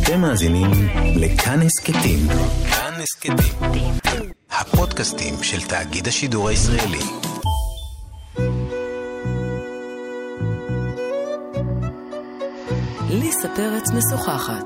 אתם מאזינים לכאן הסכתים. כאן הסכתים. הפודקאסטים של תאגיד השידור הישראלי. ליסה פרץ משוחחת.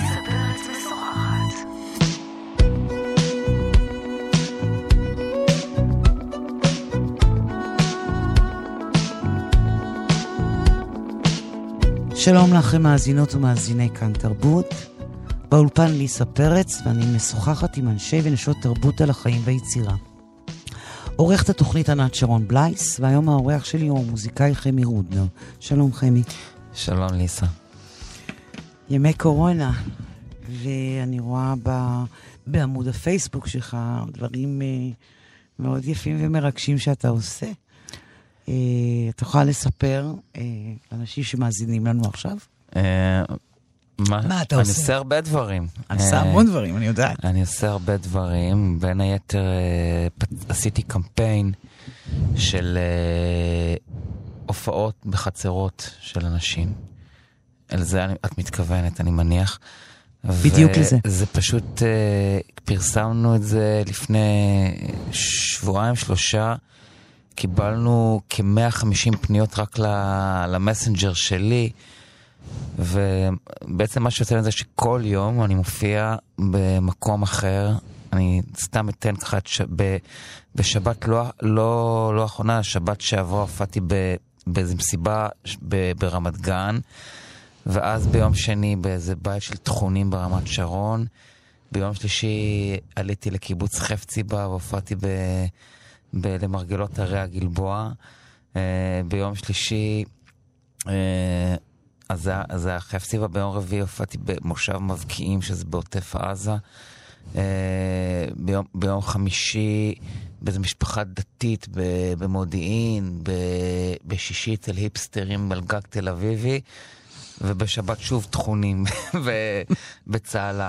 שלום לכם מאזינות ומאזיני כאן תרבות. באולפן ליסה פרץ, ואני משוחחת עם אנשי ונשות תרבות על החיים והיצירה. עורכת התוכנית ענת שרון בלייס, והיום העורך שלי הוא המוזיקאי חמי רודנר. שלום חמי. שלום ליסה. ימי קורונה, ואני רואה בעמוד הפייסבוק שלך דברים מאוד יפים ומרגשים שאתה עושה. אתה יכול לספר לאנשים שמאזינים לנו עכשיו? מה אתה עושה? אני עושה הרבה דברים. אני עושה המון דברים, אני יודעת. אני עושה הרבה דברים. בין היתר עשיתי קמפיין של הופעות בחצרות של אנשים. על זה את מתכוונת, אני מניח. בדיוק לזה. זה פשוט, פרסמנו את זה לפני שבועיים, 3. קיבלנו כ-150 פניות רק למסנג'ר שלי, ובעצם מה שיוצא לזה שכל יום אני מופיע במקום אחר. אני סתם אתן ככה, בשבת לא האחרונה, שבת שעברה הופעתי באיזו מסיבה ברמת גן, ואז ביום שני באיזה בית של תכונים ברמת שרון, ביום שלישי עליתי לקיבוץ חפציבה והופעתי למרגלות הרי הגלבוע, ביום שלישי אז זה חפציבה, ביום רביעי הופעתי במושב מבקיעים שזה בעוטף עזה, ביום חמישי באיזו משפחה דתית במודיעין, בשישי אצל היפסטרים על גג תל אביבי, ובשבת שוב תכונים בצהלה.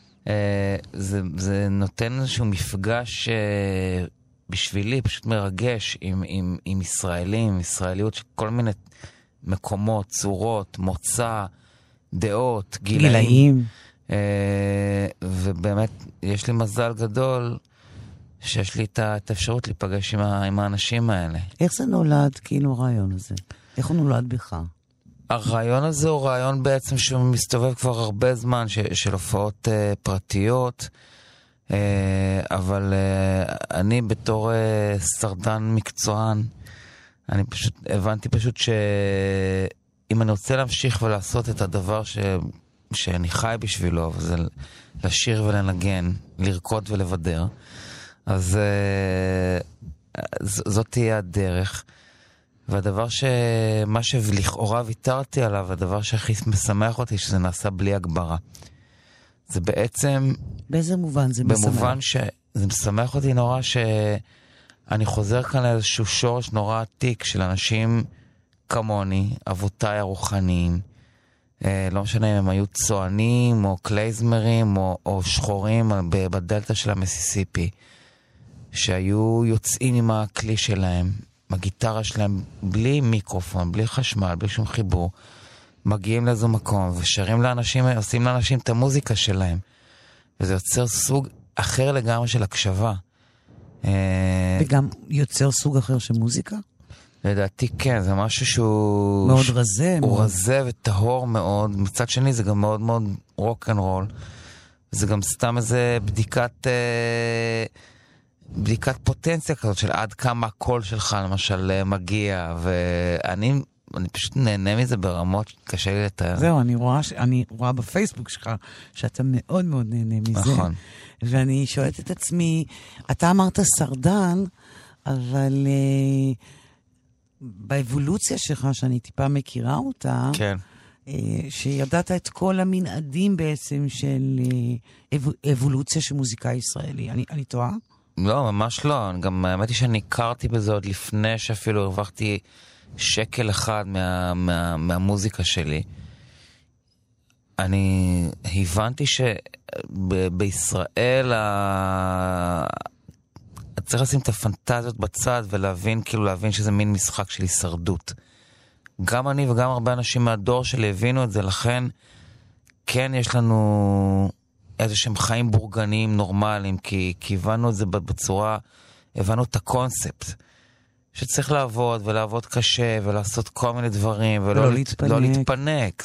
זה נותן איזשהו מפגש בשבילי פשוט מרגש עם ישראלים, ישראליות של כל מיני מקומות, צורות, מוצא, דעות, גילאים. ובאמת יש לי מזל גדול שיש לי את האפשרות להיפגש עם האנשים האלה. איך זה נולד, כאילו, הרעיון הזה? איך הוא נולד בך? הרעיון הזה הוא רעיון בעצם שהוא מסתובב כבר הרבה זמן, של הופעות פרטיות, אבל אני בתור סרדן מקצוען, אני פשוט הבנתי פשוט שאם אני רוצה להמשיך ולעשות את הדבר שאני חי בשבילו, וזה לשיר ולנגן, לרקוד ולבדר, אז זאת תהיה הדרך. והדבר מה שלכאורה ויתרתי עליו, הדבר שהכי משמח אותי, שזה נעשה בלי הגברה. זה בעצם... באיזה מובן זה משמח? במובן שזה משמח אותי נורא שאני חוזר כאן לאיזשהו שורש נורא עתיק של אנשים כמוני, אבותיי הרוחניים, לא משנה אם הם היו צוענים או קלייזמרים או שחורים בדלטה של המסיסיפי, שהיו יוצאים עם הכלי שלהם, הגיטרה שלהם, בלי מיקרופון, בלי חשמל, בלי שום חיבור, מגיעים לאיזו מקום ושרים לאנשים, עושים לאנשים את המוזיקה שלהם, וזה יוצר סוג אחר לגמרי של הקשבה. וגם יוצר סוג אחר של מוזיקה? לדעתי כן, זה משהו שהוא... מאוד רזה. הוא רזה וטהור מאוד, מצד שני זה גם מאוד מאוד רוק אנד רול, זה גם סתם איזה בדיקת פוטנציה כזאת של עד כמה הקול שלך למשל מגיע, ואני פשוט נהנה מזה ברמות קשה לי לתאר. זהו, אני רואה בפייסבוק שלך שאתה מאוד מאוד נהנה מזה. נכון. ואני שואלת את עצמי, אתה אמרת סרדן, אבל באבולוציה שלך, שאני טיפה מכירה אותה, כן. שידעת את כל המנעדים בעצם של אבולוציה של מוזיקה ישראלי. אני טועה? לא, ממש לא. גם האמת היא שאני הכרתי בזה עוד לפני שאפילו הרווחתי שקל אחד מהמוזיקה שלי. אני הבנתי שבישראל צריך לשים את הפנטזיות בצד ולהבין, כאילו להבין שזה מין משחק של הישרדות. גם אני וגם הרבה אנשים מהדור שלי הבינו את זה, לכן כן יש לנו איזה שהם חיים בורגניים נורמליים, כי הבנו את זה בצורה, הבנו את הקונספט, שצריך לעבוד ולעבוד קשה ולעשות כל מיני דברים ולא להתפנק.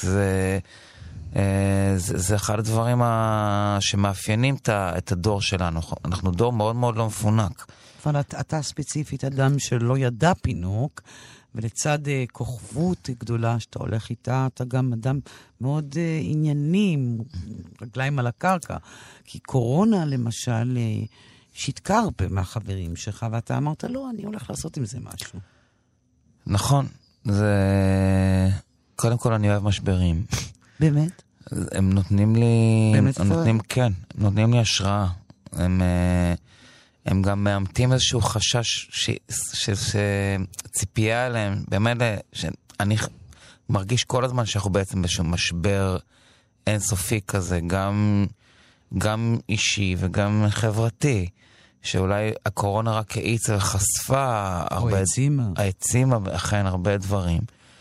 זה אחד הדברים שמאפיינים את הדור שלנו. אנחנו דור מאוד מאוד לא מפונק. אבל אתה ספציפית אדם שלא ידע פינוק, ולצד כוכבות גדולה שאתה הולך איתה, אתה גם אדם מאוד עניינים, רגליים על הקרקע. כי קורונה למשל שיתקה הרבה מהחברים שלך, ואתה אמרת, לא, אני הולך לעשות עם זה משהו. נכון. קודם כל אני אוהב משברים. באמת? הם נותנים לי... באמת? כן, הם נותנים לי השראה. הם גם מאמתים איזשהו חשש שציפייה אליהם, באמת שאני מרגיש כל הזמן שאנחנו בעצם באיזשהו משבר אינסופי כזה, גם אישי וגם חברתי, שאולי הקורונה רק האיצה וחשפה הרבה... העצימה אכן הרבה דברים.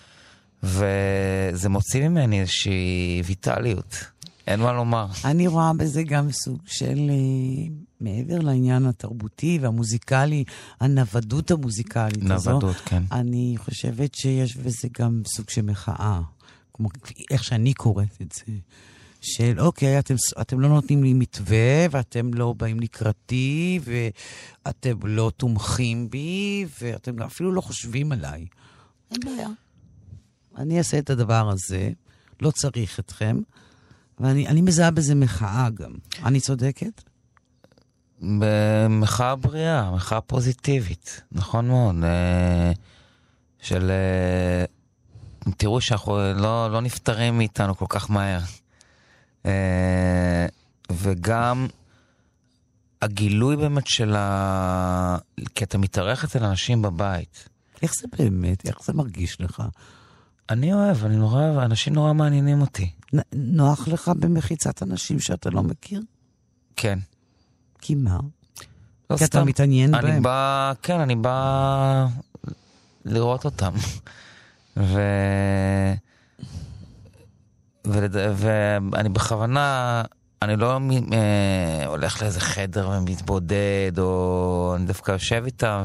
וזה מוציא ממני איזושהי ויטליות. אין מה לומר. אני רואה בזה גם סוג של, מעבר לעניין התרבותי והמוזיקלי, הנוודות המוזיקלית הזו. נוודות, כן. אני חושבת שיש בזה גם סוג של מחאה, כמו איך שאני קוראת את זה. של אוקיי, אתם לא נותנים לי מתווה, ואתם לא באים לקראתי, ואתם לא תומכים בי, ואתם אפילו לא חושבים עליי. אין בעיה. אני אעשה את הדבר הזה, לא צריך אתכם, ואני מזהה בזה מחאה גם. אני צודקת? במחאה בריאה, מחאה פוזיטיבית, נכון מאוד. תראו שאנחנו לא נפטרים מאיתנו כל כך מהר. וגם הגילוי באמת כי אתה מתארח אצל אנשים בבית. איך זה באמת? איך זה מרגיש לך? אני אוהב, אני נורא אוהב, אנשים נורא מעניינים אותי. נוח לך במחיצת אנשים שאתה לא מכיר? כן. כי מה? לא כי אתה מתעניין בהם? כן, אני בא לראות אותם. ואני בכוונה, אני לא הולך לאיזה חדר ומתבודד, או אני דווקא יושב איתם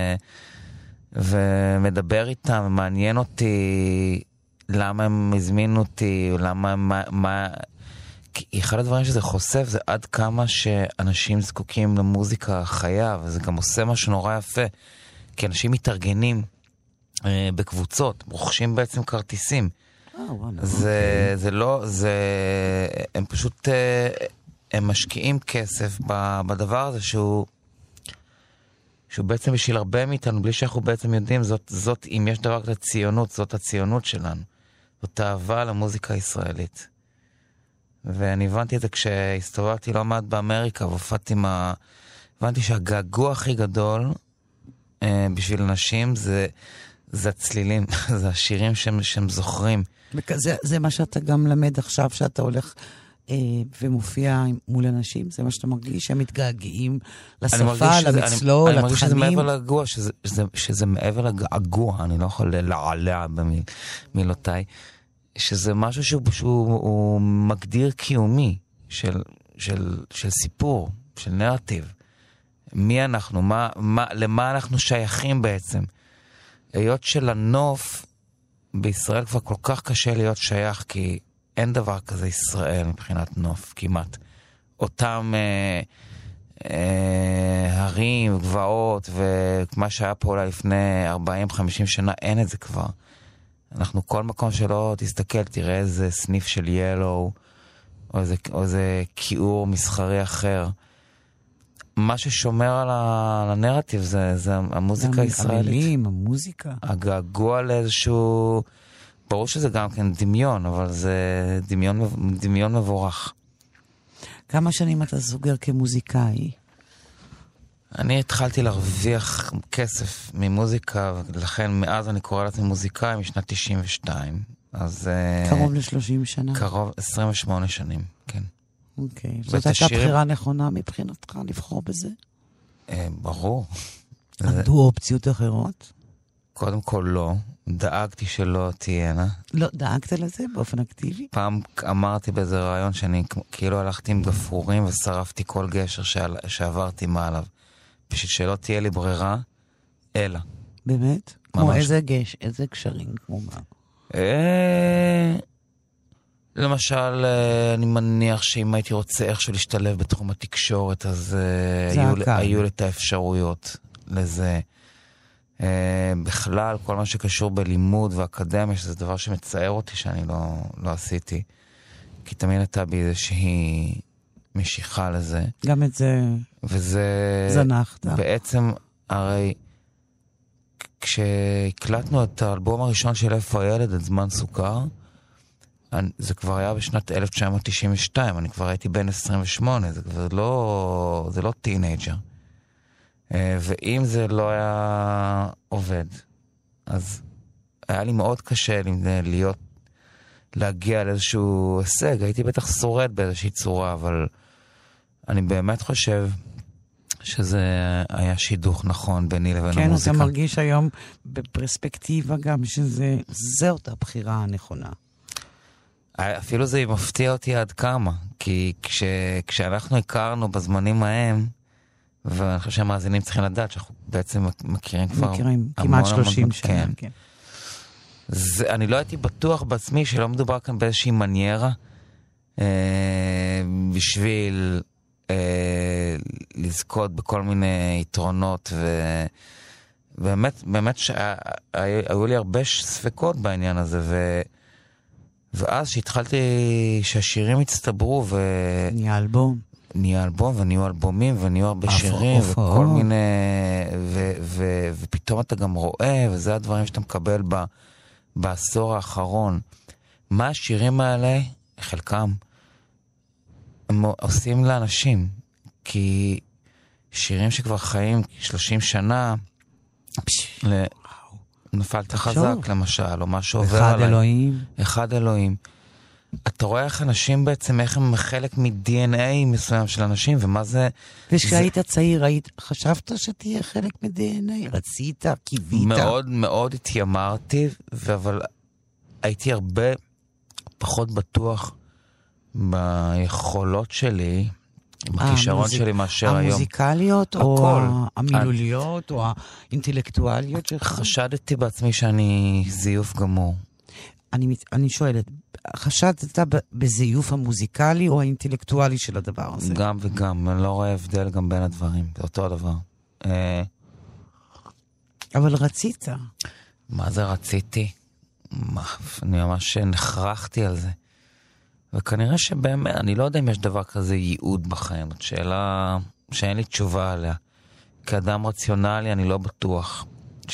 ומדבר איתם, מעניין אותי למה הם הזמינו אותי, למה אחד הדברים שזה חושף זה עד כמה שאנשים זקוקים למוזיקה חיה, וזה גם עושה משהו נורא יפה, כי אנשים מתארגנים בקבוצות, רוכשים בעצם כרטיסים. זה לא, הם פשוט, הם משקיעים כסף בדבר הזה שהוא בעצם בשביל הרבה מאיתנו, בלי שאנחנו בעצם יודעים, זאת, אם יש דבר כזה ציונות, זאת הציונות שלנו. זאת אהבה למוזיקה הישראלית. ואני הבנתי את זה כשהסתובבתי לא מעט באמריקה, והופעתי הבנתי שהגעגוע הכי גדול בשביל אנשים זה הצלילים, זה השירים שהם זוכרים. זה מה שאתה גם למד עכשיו, שאתה הולך ומופיע מול אנשים? זה מה שאתה מרגיש? שהם מתגעגעים לשפה, למצלול, לתכנים? אני מרגיש שזה מעבר לגעגוע, שזה מעבר לגעגוע, אני לא יכול לעלע במילותיי, שזה משהו שהוא מגדיר קיומי של סיפור, של נרטיב. מי אנחנו? למה אנחנו שייכים בעצם? היות של הנוף בישראל כבר כל כך קשה להיות שייך, כי אין דבר כזה ישראל מבחינת נוף, כמעט. אותם הרים, גבעות, ומה שהיה פה אולי לפני 40-50 שנה, אין את זה כבר. אנחנו כל מקום שלא תסתכל, תראה איזה סניף של ילו, או איזה כיעור מסחרי אחר. מה ששומר על הנרטיב זה המוזיקה הישראלית. המילים, המוזיקה. הגעגוע לאיזשהו... ברור שזה גם כן דמיון, אבל זה דמיון מבורך. כמה שנים אתה סוגר כמוזיקאי? אני התחלתי להרוויח כסף ממוזיקה, ולכן מאז אני קורא לעצמי מוזיקאי משנת 92. אז... קרוב ל-30 שנה? קרוב 28 שנים, כן. אוקיי. זאת הייתה בחירה נכונה מבחינתך לבחור בזה? ברור. עמדו אופציות אחרות? קודם כל לא, דאגתי שלא תהיינה. לא, דאגת לזה באופן אקטיבי? פעם אמרתי באיזה רעיון שאני כאילו הלכתי עם גפרורים ושרפתי כל גשר שעברתי מעליו. בשביל שלא תהיה לי ברירה, אלא. באמת? כמו איזה קשרים, כמו מה? למשל, אני מניח שאם הייתי רוצה איכשהו להשתלב בתחום התקשורת, אז היו לי את האפשרויות לזה. בכלל, כל מה שקשור בלימוד ואקדמיה, שזה דבר שמצער אותי שאני לא עשיתי. כי תמיד הייתה בי איזושהי משיכה לזה. גם את זה זנחת. בעצם, הרי כשהקלטנו את האלבום הראשון של איפה הילד, את זמן סוכר, זה כבר היה בשנת 1992, אני כבר הייתי בן 28, זה כבר לא טינאג'ר. ואם זה לא היה עובד, אז היה לי מאוד קשה להגיע לאיזשהו הישג. הייתי בטח שורד באיזושהי צורה, אבל אני באמת חושב שזה היה שידוך נכון ביני לבין המוזיקה. כן, אתה מרגיש היום בפרספקטיבה גם שזה אותה בחירה הנכונה. אפילו זה מפתיע אותי עד כמה, כי כשאנחנו הכרנו בזמנים ההם, ואני חושב שהמאזינים צריכים לדעת שאנחנו בעצם מכירים כבר כמעט 30 שנה. כן. אני לא הייתי בטוח בעצמי שלא מדובר כאן באיזושהי מניירה בשביל לזכות בכל מיני יתרונות, ובאמת היו לי הרבה ספקות בעניין הזה, ואז שהתחלתי שהשירים הצטברו נהיה אלבום. נהיה אלבום ונהיו אלבומים ונהיו הרבה שירים וכל מיני, ופתאום אתה גם רואה, וזה הדברים שאתה מקבל בעשור האחרון. מה השירים האלה, חלקם, הם עושים לאנשים, כי שירים שכבר חיים 30 שנה, נפלת חזק למשל, או משהו עובר עליי. אחד אלוהים. אתה רואה איך אנשים בעצם, איך הם חלק מ-DNA מסוים של אנשים, ומה זה... וכשהיית צעיר, חשבת שתהיה חלק מ-DNA? רצית, קיווית? מאוד מאוד התיימרתי, אבל הייתי הרבה פחות בטוח ביכולות שלי, בכישרון שלי מאשר היום. המוזיקליות, או המילוליות, או האינטלקטואליות שלך? חשדתי בעצמי שאני זיוף גמור. אני שואלת, חשדת בזיוף המוזיקלי או האינטלקטואלי של הדבר הזה? גם וגם, אני לא רואה הבדל גם בין הדברים, זה אותו הדבר. אבל רצית. מה זה רציתי? אני ממש נחרחתי על זה. וכנראה שבאמת, אני לא יודע אם יש דבר כזה ייעוד בחיים, זאת שאלה שאין לי תשובה עליה. כאדם רציונלי אני לא בטוח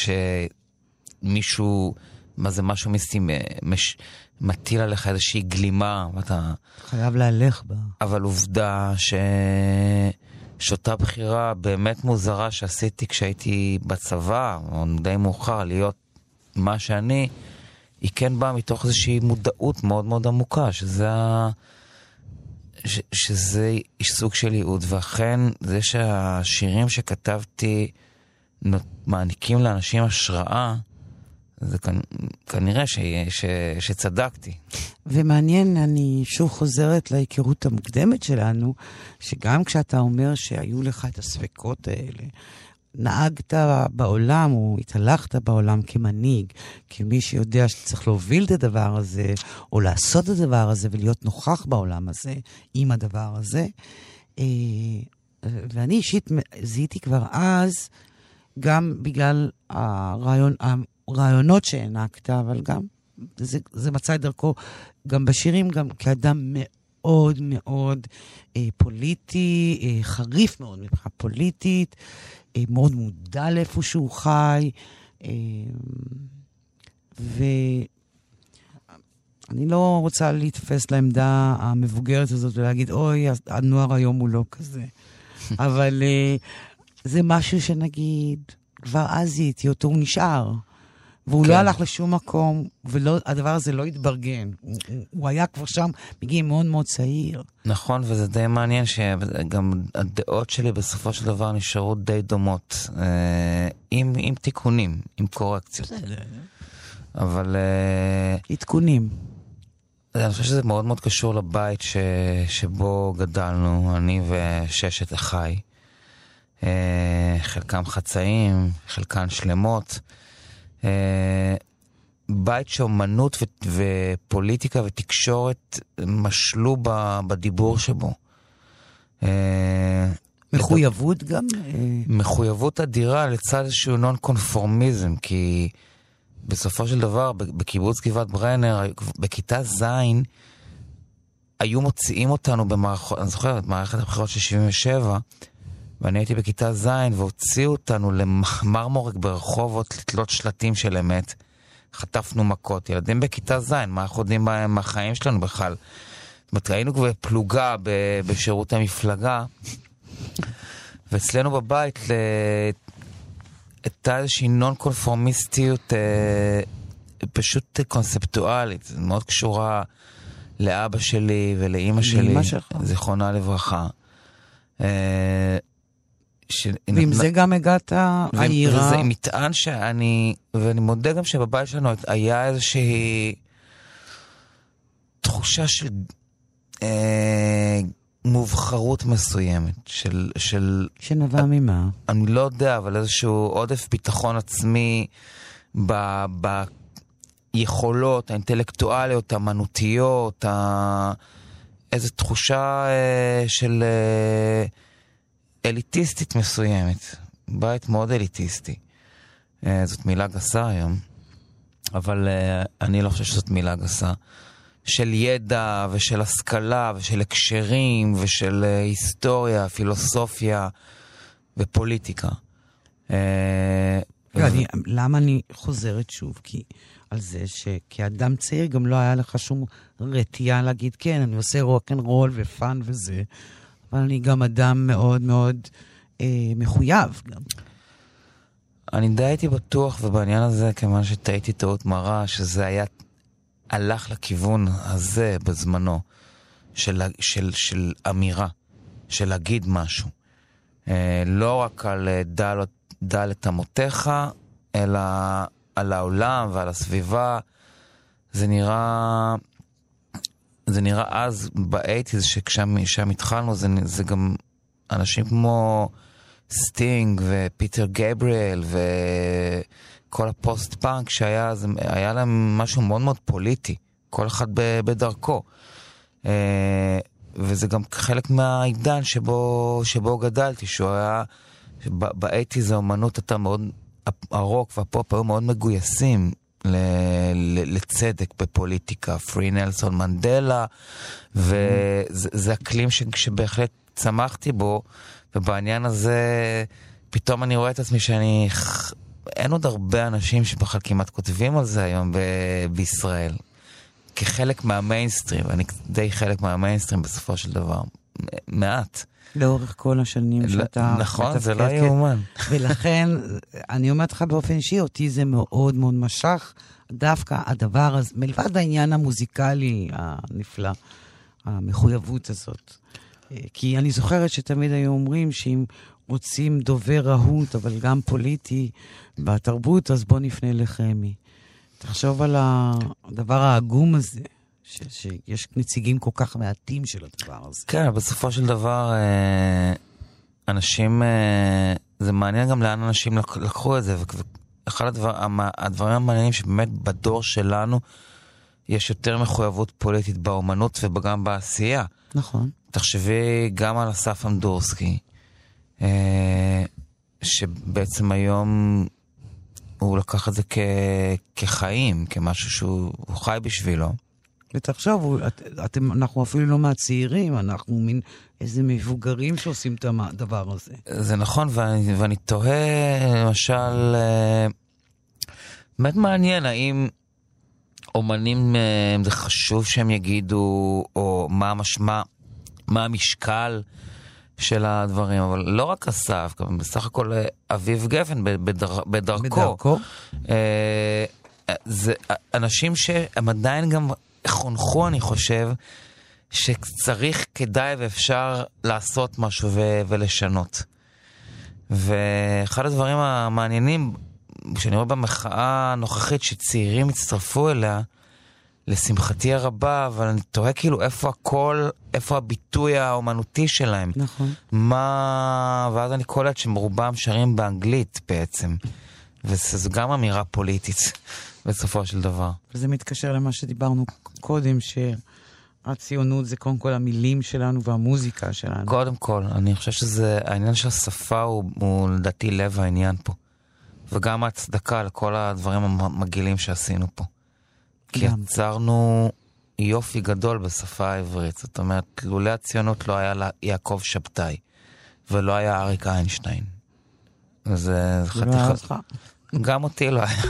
שמישהו, מה זה משהו מטיל עליך איזושהי גלימה, ואתה... חייב להלך בה. אבל עובדה שאותה בחירה באמת מוזרה שעשיתי כשהייתי בצבא, או די מאוחר, להיות מה שאני, היא כן באה מתוך איזושהי מודעות מאוד מאוד עמוקה, שזה סוג של ייעוד, ואכן זה שהשירים שכתבתי מעניקים לאנשים השראה, זה כנראה שצדקתי. ומעניין, אני שוב חוזרת להיכרות המוקדמת שלנו, שגם כשאתה אומר שהיו לך את הספקות האלה, נהגת בעולם או התהלכת בעולם כמנהיג, כמי שיודע שצריך להוביל את הדבר הזה, או לעשות את הדבר הזה ולהיות נוכח בעולם הזה, עם הדבר הזה. ואני אישית זיהיתי כבר אז, גם בגלל הרעיונות שהענקת, אבל גם זה מצא את דרכו גם בשירים, גם כאדם מאוד מאוד פוליטי, חריף מאוד מבחינה פוליטית, מאוד מודע לאיפה שהוא חי, ואני לא רוצה להתפס לעמדה המבוגרת הזאת ולהגיד, אוי, הנוער היום הוא לא כזה. אבל זה משהו שנגיד, כבר אז זיהיתי אותו, הוא נשאר. והוא לא הלך לשום מקום, והדבר הזה לא התברגן. הוא היה כבר שם בגיל מאוד מאוד צעיר. נכון, וזה די מעניין שגם הדעות שלי בסופו של דבר נשארו די דומות, עם תיקונים, עם קורקציות. אבל... עדכונים. אני חושב שזה מאוד מאוד קשור לבית שבו גדלנו, אני וששת אחי. חלקם חצאים, חלקן שלמות. בית שאומנות ופוליטיקה ותקשורת משלו בדיבור שבו. מחויבות גם? מחויבות אדירה לצד איזשהו נון קונפורמיזם, כי בסופו של דבר בקיבוץ גבעת ברנר, בכיתה זין, היו מוציאים אותנו במערכות, אני זוכר את מערכת הבחירות של 77, ואני הייתי בכיתה זין, והוציאו אותנו למרמורק ברחובות לתלות שלטים של אמת. חטפנו מכות. ילדים בכיתה זין, מה אנחנו יודעים מהחיים שלנו בכלל? זאת אומרת, היינו כבר פלוגה בשירות המפלגה, ואצלנו בבית הייתה איזושהי נון קונפורמיסטיות פשוט קונספטואלית. זה מאוד קשורה לאבא שלי ולאמא שלי, זיכרונה לברכה. ועם זה גם הגעת העירה. וזה מטען ואני מודה גם שבבית שלנו היה איזושהי תחושה של מובחרות מסוימת, שנבע ממה? אני לא יודע, אבל איזשהו עודף ביטחון עצמי ביכולות האינטלקטואליות, האמנותיות, איזו תחושה של אליטיסטית מסוימת. בית מאוד אליטיסטי. זאת מילה גסה היום, אבל אני לא חושב שזאת מילה גסה. של ידע ושל השכלה ושל הקשרים ושל היסטוריה, פילוסופיה ופוליטיקה. למה אני חוזרת שוב? כי על זה שכאדם צעיר גם לא היה לך שום רתיעה להגיד, כן, אני עושה רוק'נ'רול ופן וזה, אבל אני גם אדם מאוד מאוד מחויב גם. אני די הייתי בטוח, ובעניין הזה, כיוון שטעיתי טעות מרה, שזה היה, הלך לכיוון הזה בזמנו, של אמירה, של להגיד משהו. לא רק על דלת אמותיך, אלא על העולם ועל הסביבה. זה נראה אז באייטיז, שכשם התחלנו, זה גם אנשים כמו סטינג ופיטר גבריאל וכל הפוסט-פאנק שהיה, היה להם משהו מאוד מאוד פוליטי, כל אחד בדרכו. וזה גם חלק מהעידן שבו גדלתי, שהוא היה, באייטיז האומנות הייתה מאוד, הרוק והפופ היו מאוד מגויסים לצדק בפוליטיקה, פרי נלסון מנדלה, וזה אקלים שבהחלט צמחתי בו, ובעניין הזה פתאום אני רואה את עצמי אין עוד הרבה אנשים שבכלל כמעט כותבים על זה היום בישראל, כחלק מהמיינסטרים, אני די חלק מהמיינסטרים בסופו של דבר, מעט. לאורך כל השנים שאתה... נכון, זה לא יאומן. ולכן, אני אומרת לך באופן אישי, אותי זה מאוד מאוד משך, דווקא הדבר הזה, מלבד העניין המוזיקלי הנפלא, המחויבות הזאת. כי אני זוכרת שתמיד היו אומרים שאם רוצים דובר רהוט, אבל גם פוליטי בתרבות, אז בוא נפנה לחמי. תחשוב על הדבר העגום הזה. שיש נציגים כל כך מעטים של הדבר הזה. כן, בסופו של דבר, אנשים, זה מעניין גם לאן אנשים לקחו את זה, ואחד הדברים המעניינים שבאמת בדור שלנו, יש יותר מחויבות פוליטית באומנות וגם בעשייה. נכון. תחשבי גם על אסף אמדורסקי, שבעצם היום הוא לקח את זה כחיים, כמשהו שהוא חי בשבילו. ותחשוב, אנחנו אפילו לא מהצעירים, אנחנו מין איזה מבוגרים שעושים את הדבר הזה. זה נכון, ואני תוהה, למשל, באמת מעניין, האם אומנים, זה חשוב שהם יגידו, או מה המשקל של הדברים, אבל לא רק אסף, בסך הכל אביב גפן בדרכו. זה אנשים שהם עדיין גם חונכו, אני חושב, שצריך, כדאי ואפשר לעשות משהו ולשנות. ואחד הדברים המעניינים, כשאני רואה במחאה הנוכחית שצעירים הצטרפו אליה, לשמחתי הרבה, אבל אני תוהה כאילו איפה הכל, איפה הביטוי האומנותי שלהם. נכון. ואז אני קולט שרובם שרים באנגלית בעצם. וזו גם אמירה פוליטית בסופו של דבר. וזה מתקשר למה שדיברנו קודם, שהציונות זה קודם כל המילים שלנו והמוזיקה שלנו. קודם כל, אני חושב שזה, העניין של השפה הוא לדעתי לב העניין פה. וגם ההצדקה לכל הדברים המגעילים שעשינו פה. כי יצרנו יופי גדול בשפה העברית. זאת אומרת, לולא הציונות לא היה לה יעקב שבתאי, ולא היה אריק איינשטיין. זה חתיכה. גם אותי לא היה.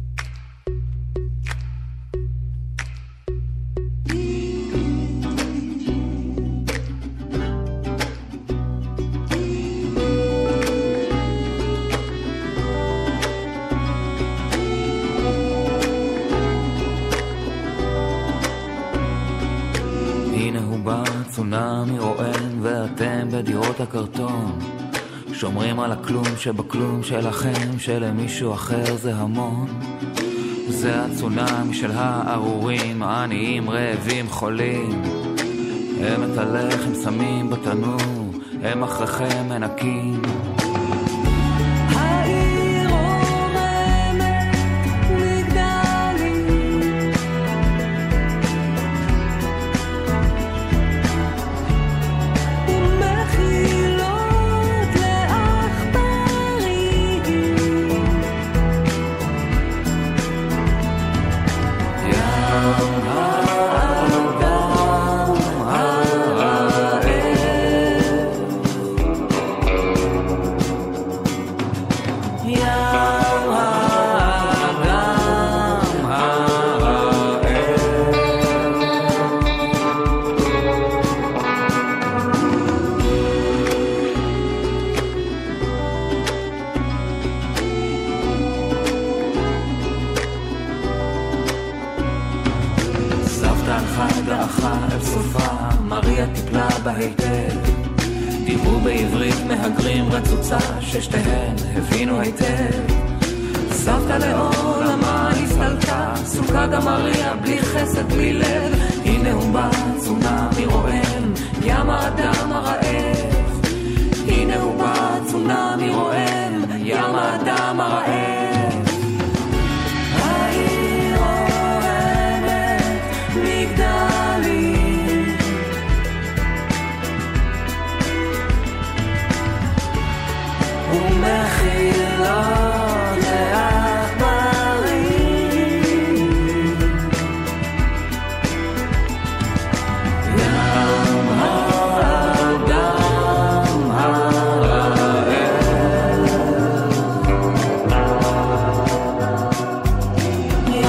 צונאמי רועם ואתם בדירות הקרטון שומרים על הכלום שבכלום שלכם שלמישהו אחר זה המון זה הצונאמי של הארורים העניים רעבים חולים הם את הלחם שמים בתנור הם אחריכם מנקים ששתיהן הבינו היטב סבתא לעולמה הסתלקה סוכה גם מריה בלי חסד בלי לב הנה הוא בא צונאמי רועם ים האדם הרעב הנה הוא בא צונאמי רועם ים האדם הרעב העיר רועמת מגדלים ומחילות לעכברים ים האדם הרעב ים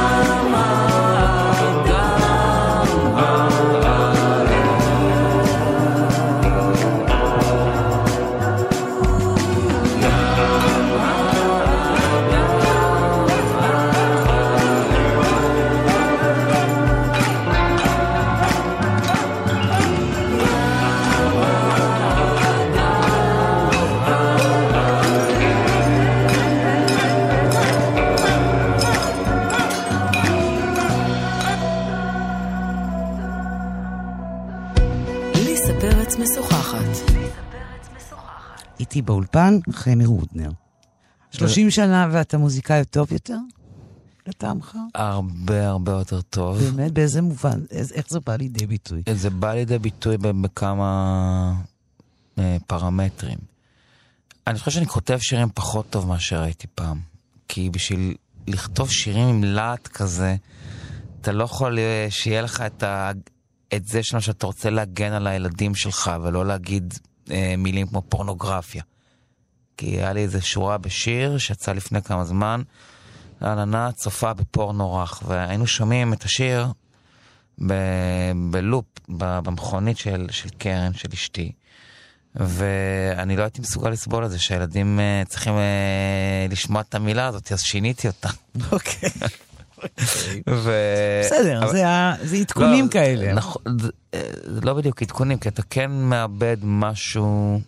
איתי באולפן, חמי רודנר. 30 שנה ואתה מוזיקאי טוב יותר? לטעמך? הרבה הרבה יותר טוב. באמת? באיזה מובן? איך זה בא לידי ביטוי? זה בא לידי ביטוי בכמה פרמטרים. אני חושב שאני כותב שירים פחות טוב מה שראיתי פעם. כי בשביל לכתוב שירים עם להט כזה, אתה לא יכול שיהיה לך את זה שאתה רוצה להגן על הילדים שלך, ולא להגיד מילים כמו פורנוגרפיה. כי היה לי איזו שורה בשיר שיצא לפני כמה זמן, העננה צופה בפורנו רך, והיינו שומעים את השיר בלופ, במכונית של קרן, של אשתי. ואני לא הייתי מסוגל לסבול את זה, שהילדים צריכים לשמוע את המילה הזאת, אז שיניתי אותה. אוקיי. בסדר, זה עדכונים כאלה. נכון, זה לא בדיוק עדכונים, כי אתה כן מאבד משהו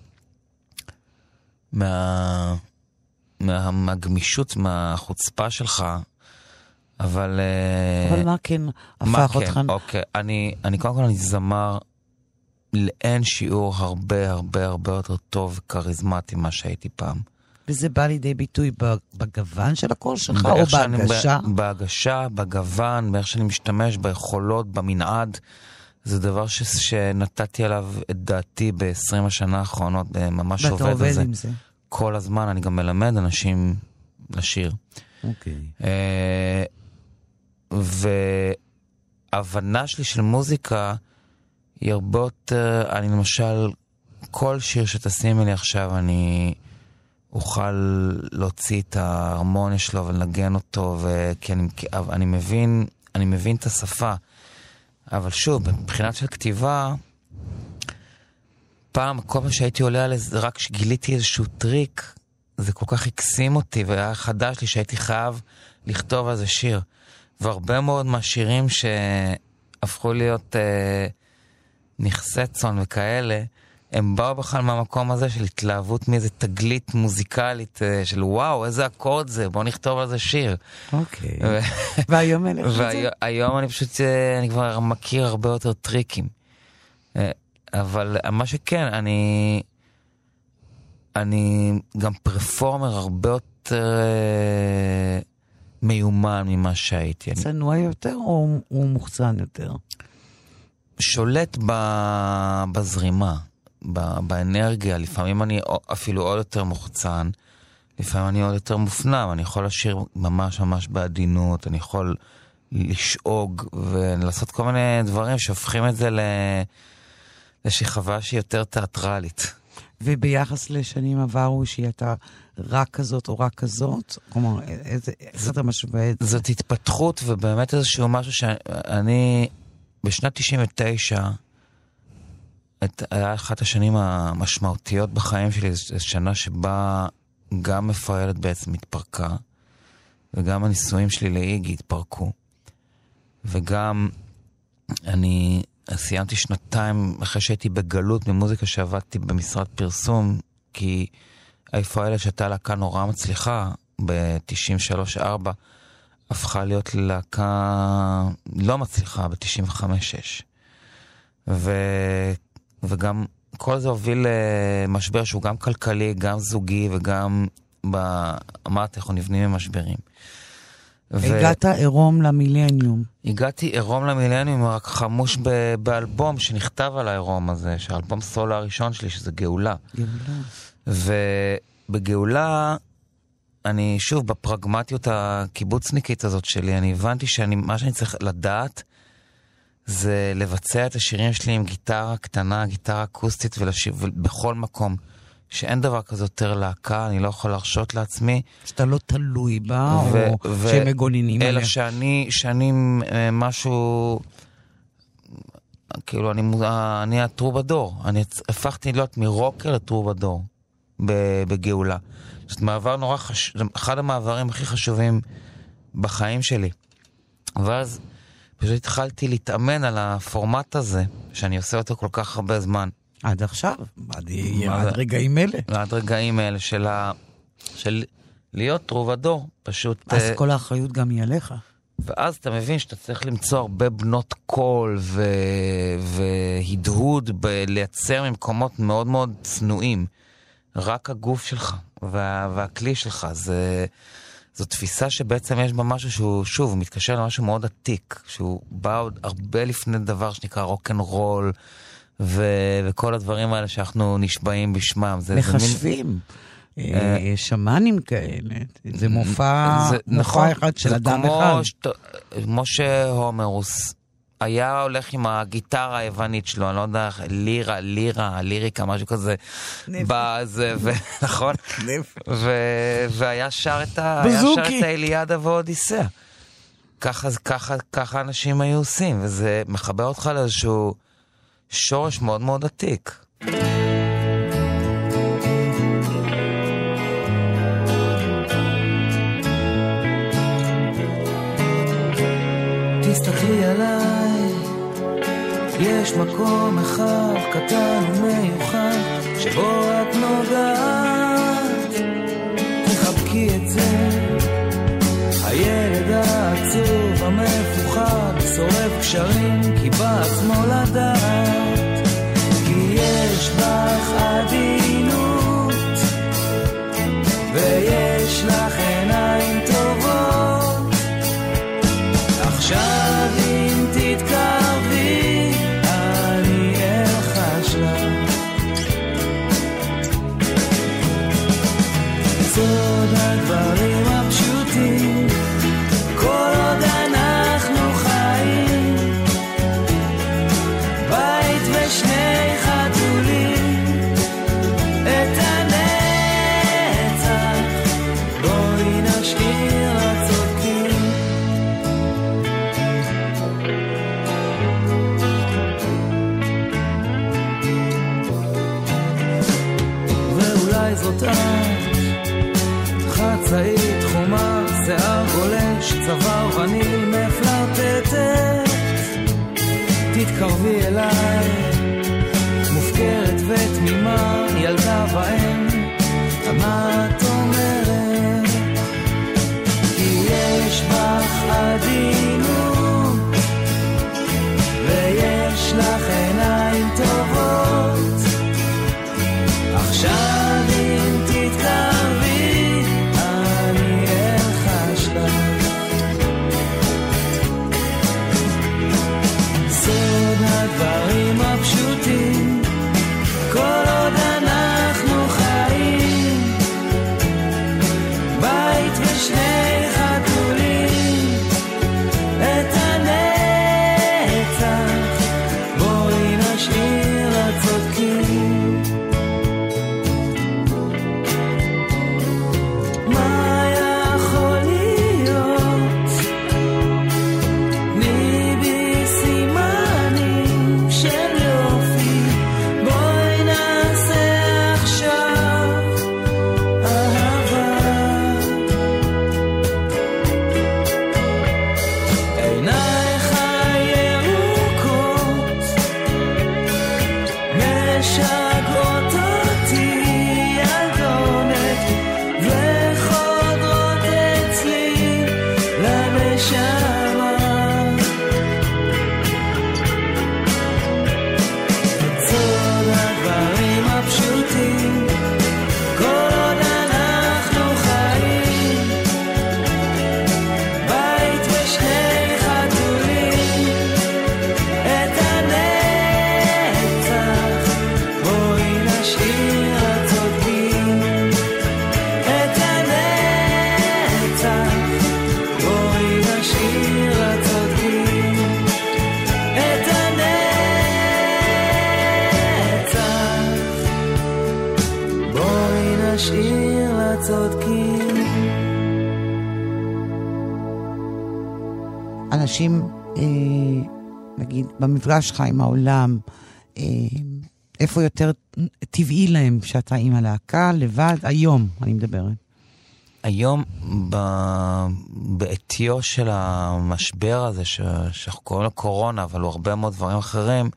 מהגמישות, מהחוצפה שלך, אבל מה כן הפך אותך? אוקיי, אני קודם כל אני זמר לאין שיעור הרבה הרבה הרבה יותר טוב וקריזמטי מה שהייתי פעם. וזה בא לידי ביטוי בגוון של הקול שלך או בהגשה? בהגשה, בגוון, באיך שאני משתמש, ביכולות, במנעד. זה דבר שנתתי עליו את דעתי ב-20 השנה האחרונות, ממש עובד על זה. ואתה עובד עם זה? כל הזמן, אני גם מלמד אנשים לשיר. אוקיי. וההבנה שלי של מוזיקה היא הרבה יותר, אני למשל, כל שיר שתשימי לי עכשיו, אני אוכל להוציא את ההרמוניה שלו ולנגן אותו, כי אני מבין את השפה. אבל שוב, מבחינת של כתיבה, פעם, כל פעם שהייתי עולה על זה, רק שגיליתי איזשהו טריק, זה כל כך הקסים אותי, והיה חדש לי שהייתי חייב לכתוב על זה שיר. והרבה מאוד מהשירים שהפכו להיות נכסי צאן וכאלה, הם באו בכלל מהמקום הזה של התלהבות מאיזה תגלית מוזיקלית של וואו, איזה אקורד זה, בוא נכתוב על זה שיר. אוקיי. והיום אין לך את זה? והיום אני פשוט, אני כבר מכיר הרבה יותר טריקים. אבל מה שכן, אני גם פרפורמר הרבה יותר מיומן ממה שהייתי. צנוע יותר או הוא מוחצן יותר? שולט בזרימה. באנרגיה, לפעמים אני אפילו עוד יותר מוחצן, לפעמים אני עוד יותר מופנם, אני יכול לשיר ממש ממש בעדינות, אני יכול לשאוג ולעשות כל מיני דברים שהופכים את זה לשכבה שהיא יותר תיאטרלית. וביחס לשנים עברו שהייתה רק כזאת או רק כזאת? כלומר, איך אתה משווה את זה? זאת התפתחות ובאמת איזשהו משהו שאני בשנת 99 היה אחת השנים המשמעותיות בחיים שלי, זו שנה שבה גם מפואלת בעצם התפרקה, וגם הניסויים שלי לאיגי התפרקו, וגם אני סיימתי שנתיים אחרי שהייתי בגלות ממוזיקה שעבדתי במשרד פרסום, כי היפואלת שהייתה להקה נורא מצליחה ב-93-4, הפכה להיות להקה לא מצליחה ב-95-6. וגם כל זה הוביל למשבר שהוא גם כלכלי, גם זוגי, וגם אמרתי, אנחנו נבנים ממשברים. הגעת עירום למילניום. הגעתי עירום למילניום, רק חמוש באלבום שנכתב על העירום הזה, שהאלבום סולו הראשון שלי, שזה גאולה. גאולה. ובגאולה, אני שוב, בפרגמטיות הקיבוצניקית הזאת שלי, אני הבנתי מה שאני צריך לדעת, זה לבצע את השירים שלי עם גיטרה קטנה, גיטרה אקוסטית, בכל מקום. שאין דבר כזה יותר להקה, אני לא יכול להרשות לעצמי. שאתה לא תלוי בה, או שהם מגוננים עליה. אלא שאני משהו, כאילו, אני הטרובדור. אני הפכתי להיות מרוקר לטרובדור בגאולה. זאת מעבר נורא אחד המעברים הכי חשובים בחיים שלי. ואז פשוט התחלתי להתאמן על הפורמט הזה, שאני עושה אותו כל כך הרבה זמן. עד עכשיו, עד רגעים אלה. עד רגעים אלה של להיות טרובדור, פשוט. אז כל האחריות גם היא עליך. ואז אתה מבין שאתה צריך למצוא הרבה בנות קול והדהוד לייצר ממקומות מאוד מאוד צנועים. רק הגוף שלך והכלי שלך. זו תפיסה שבעצם יש בה משהו שהוא, שוב, מתקשר למשהו מאוד עתיק, שהוא בא עוד הרבה לפני דבר שנקרא רוק'נ'רול, וכל הדברים האלה שאנחנו נשבעים בשמם. מחשבים. שמנים כאלה. זה מופע אחד של אדם אחד. כמו שהומרוס היה הולך עם הגיטרה היוונית שלו, אני לא יודע, ליריקה, משהו כזה. נכון? והיה שר את האיליאדה ואודיסאה. ככה אנשים היו עושים, וזה מחבר אותך לאיזשהו שורש מאוד מאוד עתיק. יש מקום אחד קטן ומיוחד שבו את נוגעת, תחבקי את זה. הילד העצוב המפוחד שורף קשרים כי בעצמו לדעת, כי יש בך עדינות ויש לך עיניים טובות. עכשיו אם תתקרבי אני אלחש לך סוד הדברים הפשוטים, כל עוד אנחנו חיים, בית ושני חתולים, את הנצח בואי נשאיר הצודקים. ואולי זאת את חצאית חומה, שיער גולש, צוואר וניל מפלרטטת, תתקרבי אליי מופקרת ותמימה, ילדה ואין, מה את אומרת? כי יש בך עדינות ויש לך עיניים טובות. עכשיו אם תתקרבי אני אלחש לך סוד הדברים הפשוטים, כל עוד אנחנו חיים, בית ושני חתולים, את הנצח בואי נשאיר הצודקים. אנשים, נגיד, במפגש שלך עם העולם, איפה יותר טבעי להם שאתה עם הלהקה, לבד? היום, אני מדברת. היום, בעתיו של המשבר הזה, שאנחנו קוראים לו קורונה, אבל הוא הרבה מאוד דברים אחרים,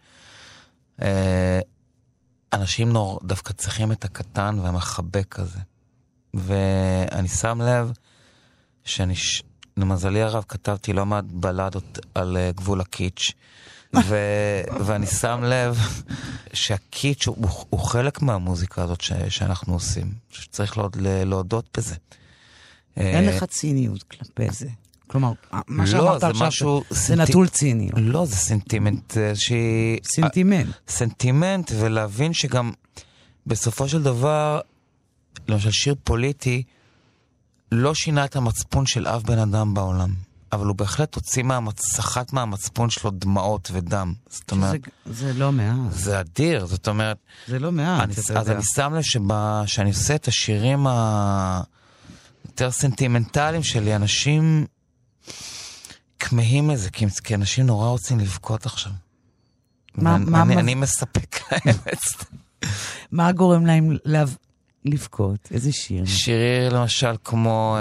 אנשים דווקא צריכים את הקטן והמחבק הזה. ואני שם לב שאני, למזלי הרב, כתבתי לא מעט בלדות על גבול הקיץ', ואני שם לב שהקיץ' הוא חלק מהמוזיקה הזאת שאנחנו עושים, שצריך להודות בזה. אין לך ציניות כלפי זה. כלומר, מה שאמרת עכשיו זה נטול ציניות. לא, זה סנטימנט. סנטימנט, ולהבין שגם בסופו של דבר, למשל שיר פוליטי, לא שינה את המצפון של אף בן אדם בעולם. אבל הוא בהחלט הוציא סחט מהמצפון שלו דמעות ודם. זאת אומרת, זה לא מעט. זה אדיר, זאת אומרת. זה לא מעט. אז אני שם לב שאני עושה את השירים היותר סנטימנטליים שלי, אנשים כמהים לזה, כי אנשים נורא רוצים לבכות עכשיו. אני מספק להם את זה. מה גורם להם לבכות? איזה שיר? שיר למשל כמו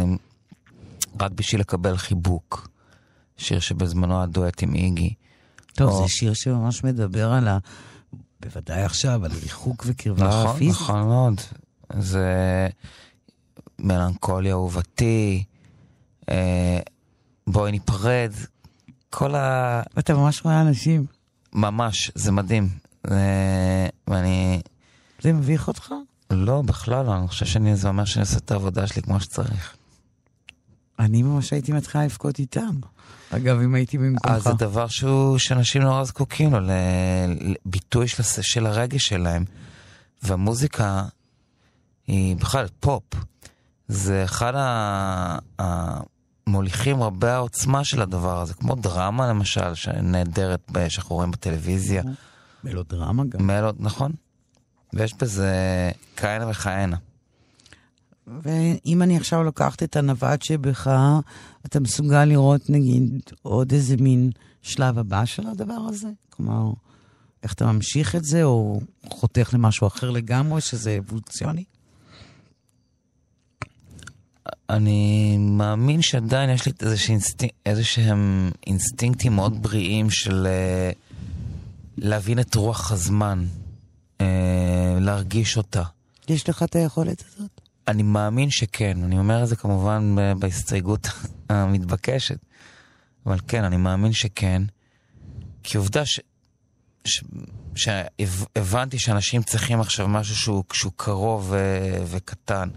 רק בשביל לקבל חיבוק, שיר שבזמנו הדואט עם איגי, טוב, זה שיר שממש מדבר על בוודאי עכשיו, על ריחוק וקרבה פיזית. נכון מאוד. זה מלנכוליה אהובתי, בואי ניפרד, כל אתה ממש רואה אנשים. ממש, זה מדהים. ואני... זה מביך אותך? לא, בכלל לא. אני חושב זה אומר שאני עושה את העבודה שלי כמו שצריך. אני ממש הייתי מתחילה לבכות איתם. אגב, אם הייתי במקומך. אז זה דבר שאנשים נורא זקוקים לו, לביטוי של הרגש שלהם. והמוזיקה היא בכלל פופ. זה אחד המוליכים רבי העוצמה של הדבר הזה, כמו דרמה למשל, שנהדרת שאנחנו רואים בטלוויזיה. מלודרמה גם. נכון. ויש בזה כהנה וכהנה. ואם אני עכשיו לוקחת את הנבט שבך, אתה מסוגל לראות נגיד עוד איזה מין שלב הבא של הדבר הזה? כלומר, איך אתה ממשיך את זה, או חותך למשהו אחר לגמרי, שזה אבולוציוני? אני מאמין שעדיין יש לי איזה שהם אינסטינקטים מאוד בריאים של להבין את רוח הזמן, להרגיש אותה. יש לך את היכולת הזאת? אני מאמין שכן. אני אומר את זה כמובן בהסתייגות המתבקשת. אבל כן, אני מאמין שכן. כי עובדה שהבנתי שאנשים צריכים עכשיו משהו שהוא קרוב וקטן.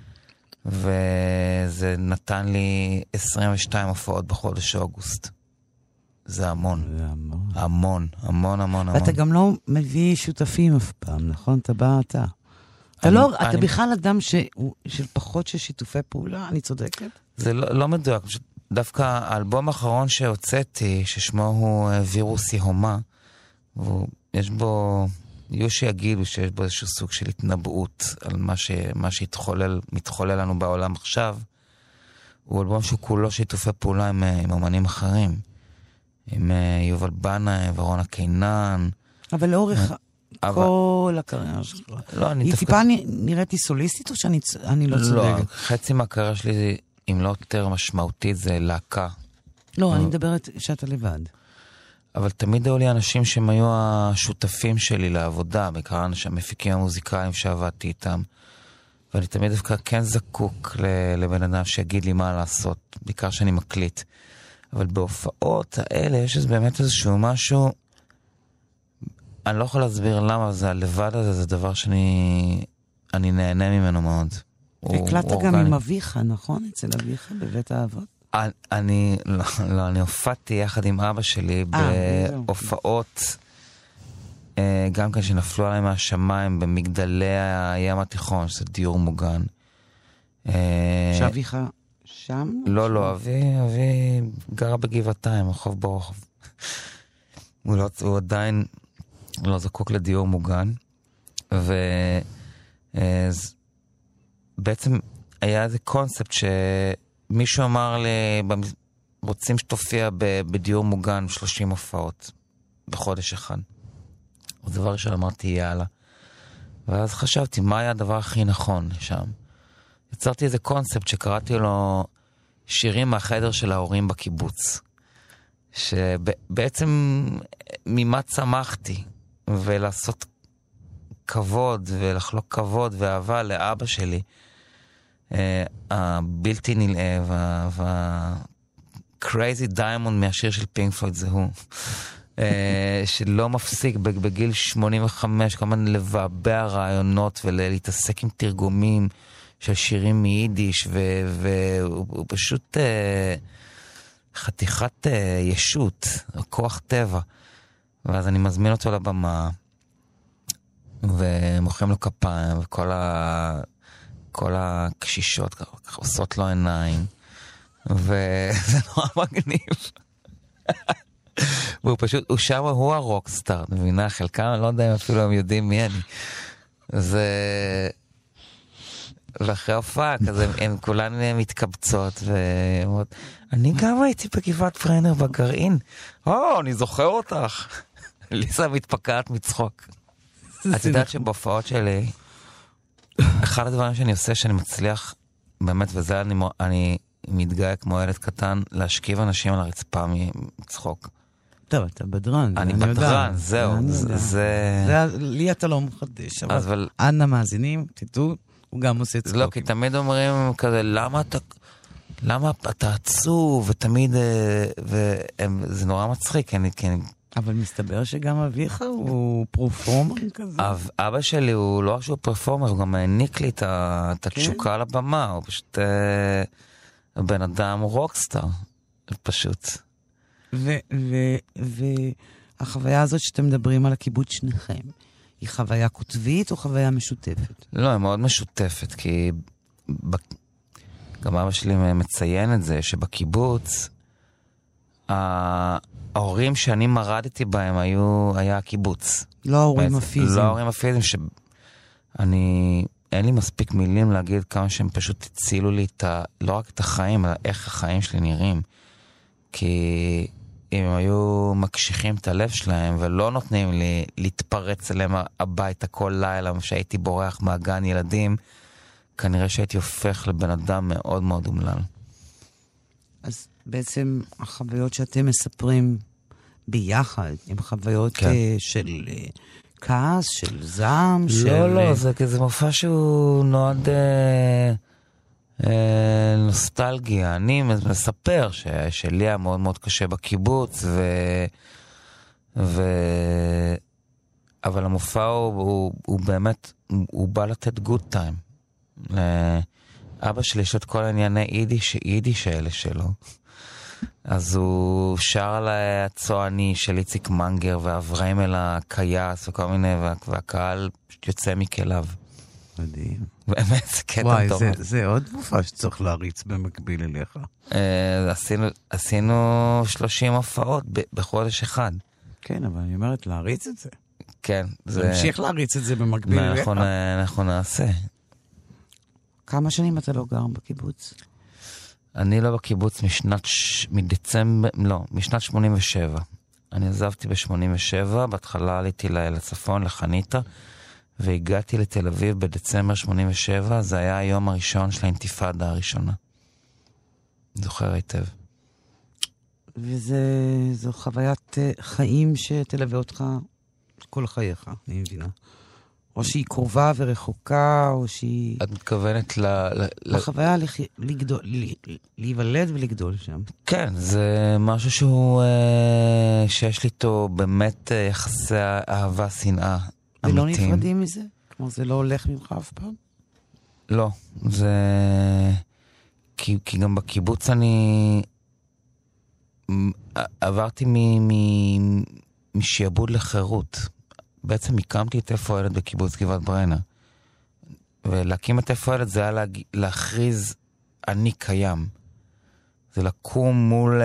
וזה נתן לי 22 הופעות בחודש אוגוסט. זה המון. המון, המון, המון. ואתה גם לא מביא שותפים אף פעם, נכון? אתה בא אתה. אתה בכלל אדם של פחות של שיתופי פעולה, אני צודקת? זה לא מדויק. דווקא האלבום האחרון שהוצאתי, ששמו הוא וירוס יהומה, יש בו, יהיו שיגידו שיש בו איזשהו סוג של התנבאות על מה שמתחולל לנו בעולם עכשיו. הוא אלבום שהוא כולו שיתופי פעולה עם אומנים אחרים. עם יובל בנאי ורונה קינן. אבל לאורך כל הקריירה שלך. לא, אני היא טיפה נראיתי סוליסטית או שאני לא צודקת? לא, חצי מהקריירה שלי, אם לא יותר משמעותית, זה להקה. לא, אני מדברת שאתה לבד. אבל תמיד היו לי אנשים שהם היו השותפים שלי לעבודה, בעיקר המפיקים המוזיקליים שעבדתי איתם. ואני תמיד דווקא כן זקוק לבן אדם שיגיד לי מה לעשות, בעיקר שאני מקליט. אבל בהופעות האלה יש באמת איזשהו משהו, אני לא יכול להסביר למה, זה הלבד הזה, זה דבר שאני נהנה ממנו מאוד. הקלטת גם עם אביך, נכון? אצל אביך בבית האבות? אני הופעתי יחד עם אבא שלי בהופעות, גם כאן שנפלו עליי מהשמיים, במגדלי הים התיכון, שזה דיור מוגן. שאביך שם? לא, אבי גרה בגבעתיים, רחוב ברחוב. הוא עדיין לא זקוק לדיור מוגן. ובעצם היה איזה קונספט שמישהו אמר לי, רוצים שתופיע בדיור מוגן 30 הופעות בחודש אחד. אז דבר ראשון אמרתי יאללה. ואז חשבתי מה היה הדבר הכי נכון שם. יצרתי איזה קונספט שקראתי לו שירים מהחדר של ההורים בקיבוץ. שבעצם ממה צמחתי, ולעשות כבוד ולחלוק כבוד ואהבה לאבא שלי, הבלתי נלאה והקרייזי דיימונד מהשיר של פינק פלויד זה הוא, שלא מפסיק בגיל 85 כמובן לבעבע רעיונות ולהתעסק עם תרגומים של שירים מיידיש, והוא פשוט חתיכת ישות, כוח טבע. ואז אני מזמין אותו לבמה, ומוחאים לו כפיים, וכל הקשישות עושות לו עיניים, וזה נורא מגניב. והוא פשוט, הוא שם, הוא הרוקסטאר, מבינה, חלקם, אני לא יודע אם אפילו הם יודעים מי אני. ואחרי ההופעה, כזה, הן כולן מתקבצות, ואומרות, אני גם הייתי בגבעת פריינר בגרעין. אני זוכר אותך. ליסה מתפקעת מצחוק. את יודעת שבהופעות שלי, אחד הדברים שאני עושה, שאני מצליח, באמת, וזה אני מתגאה כמו ילד קטן, להשכיב אנשים על הרצפה מצחוק. טוב, אתה בדרן. אני בדרן, זהו. לי אתה לא מחדש, אבל אנא מאזינים, תדעו, הוא גם עושה צחוקים. לא, כי תמיד אומרים כזה, למה אתה עצוב, ותמיד, זה נורא מצחיק, כי אבל מסתבר שגם אביך הוא פרפורמר כזה. אבא שלי הוא לא רק שהוא פרפורמר, הוא גם העניק לי את התשוקה על הבמה, הוא פשוט בן אדם רוקסטאר, פשוט. והחוויה הזאת שאתם מדברים על הקיבוץ שניכם, היא חוויה כותבית או חוויה משותפת? לא, היא מאוד משותפת, כי גם אבא שלי מציין את זה, שבקיבוץ, ההורים שאני מרדתי בהם היה הקיבוץ. לא ההורים הפיזיים. לא ההורים הפיזיים, אין לי מספיק מילים להגיד כמה שהם פשוט הצילו לי לא רק את החיים, אלא איך החיים שלי נראים. כי אם הם היו מקשיחים את הלב שלהם, ולא נותנים לי להתפרץ אליהם הביתה כל לילה, שהייתי בורח מהגן ילדים, כנראה שהייתי הופך לבן אדם מאוד מאוד אומלל. אז בעצם החוויות שאתם מספרים ביחד, הן חוויות של כעס, של זעם, לא, זה מופע שהוא נועד נוסטלגיה. אני מספר שלי היה מאוד מאוד קשה בקיבוץ, אבל המופע הוא באמת, הוא בא לתת גוד טיים. לאבא שלי יש את כל הענייני יידיש האלה שלו. אז הוא שר על הצועני של איציק מנגר, ואברהם אל הקייס וכל מיני, והקהל יוצא מכליו. מדהים. באמת, זה קטע טוב. וואי, זה עוד מופע שצריך להריץ במקביל אליך. עשינו 30 הופעות בחודש אחד. כן, אבל אני אומרת להריץ את זה. כן. תמשיך להריץ את זה במקביל אליך. אנחנו נעשה. כמה שנים אתה לא גר בקיבוץ? אני לא בקיבוץ משנת 87. אני עזבתי ב-87, בהתחלה עליתי לצפון, לחניתה, והגעתי לתל אביב בדצמבר 87, זה היה היום הראשון של האינתיפאדה הראשונה. זוכר היטב. וזו חוויית חיים שתלווה אותך כל חייך, אני מבינה. או שהיא קרובה ורחוקה, או שהיא... את מתכוונת החוויה להיוולד ולגדול שם. כן, זה משהו שיש לי איתו באמת יחסי אהבה, שנאה אמיתיים. ולא נפרדים מזה? כמו זה לא הולך ממך אף פעם? לא, זה... כי גם בקיבוץ אני... עברתי משעבוד לחירות. בעצם הקמתי את איפה הילד בקיבוץ גבעת ברנר. ולהקים את איפה הילד זה היה להכריז אני קיים. זה לקום מול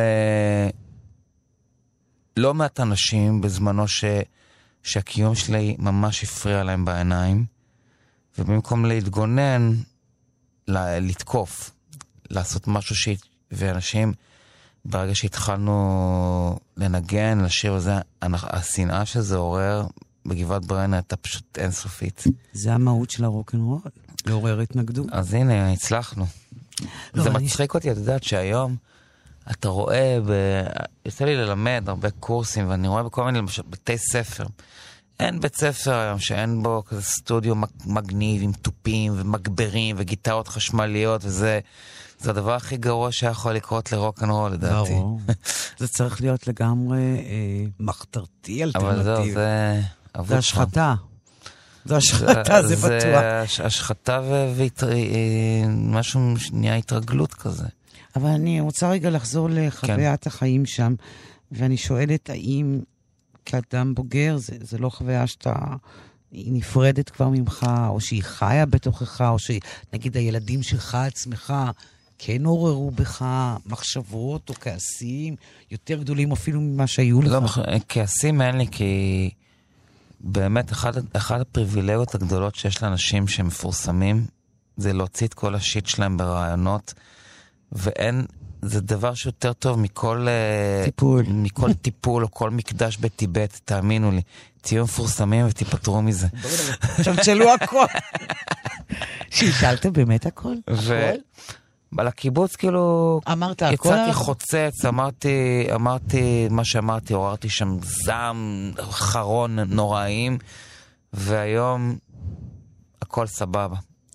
לא מעט אנשים בזמנו שהקיום שלי ממש הפריע להם בעיניים. ובמקום להתגונן, לתקוף, לעשות משהו ואנשים, ברגע שהתחלנו לנגן, לשיר וזה, השנאה שזה עורר בגבעת ברנר הייתה פשוט אינסופית. זה המהות של הרוק'נ'רול, לעורר התנגדות. אז הנה, הצלחנו. זה מצחיק אותי, את יודעת שהיום אתה רואה, יוצא לי ללמד הרבה קורסים, ואני רואה בכל מיני בתי ספר. אין בית ספר היום שאין בו כזה סטודיו מגניב עם טופים ומגברים וגיטרות חשמליות, וזה הדבר הכי גרוע שיכול לקרות לרוק'נ'רול, לדעתי. ברור. זה צריך להיות לגמרי מחתרתי, אלטרנטיבי. אבל זה השחתה. זה השחתה, זה בטוח. זה השחתה ומשהו שנהיה התרגלות כזה. אבל אני רוצה רגע לחזור לחוויית החיים שם, ואני שואלת האם כאדם בוגר, זה לא חוויה היא נפרדת כבר ממך, או שהיא חיה בתוכך, או שנגיד הילדים שלך עצמך כן עוררו בך מחשבות או כעסים יותר גדולים אפילו ממה שהיו לך? לא, כעסים אין לי, כי באמת אחד הפריבילגיות הגדולות שיש לאנשים שמפורסמים, זה להוציא את כל השיט שלהם ברעיונות, ואין, זה דבר שיותר טוב מכל טיפול או כל מקדש בטיבט, תאמינו לי. תהיו מפורסמים ותיפטרו מזה. עכשיו תשאלו הכל. שאלתם באמת הכל? לקיבוץ כאילו... אמרת הכל? יצאתי חוצץ, אמרתי מה שאמרתי, עוררתי שם זעם, חרון נוראים, והיום הכל סבבה.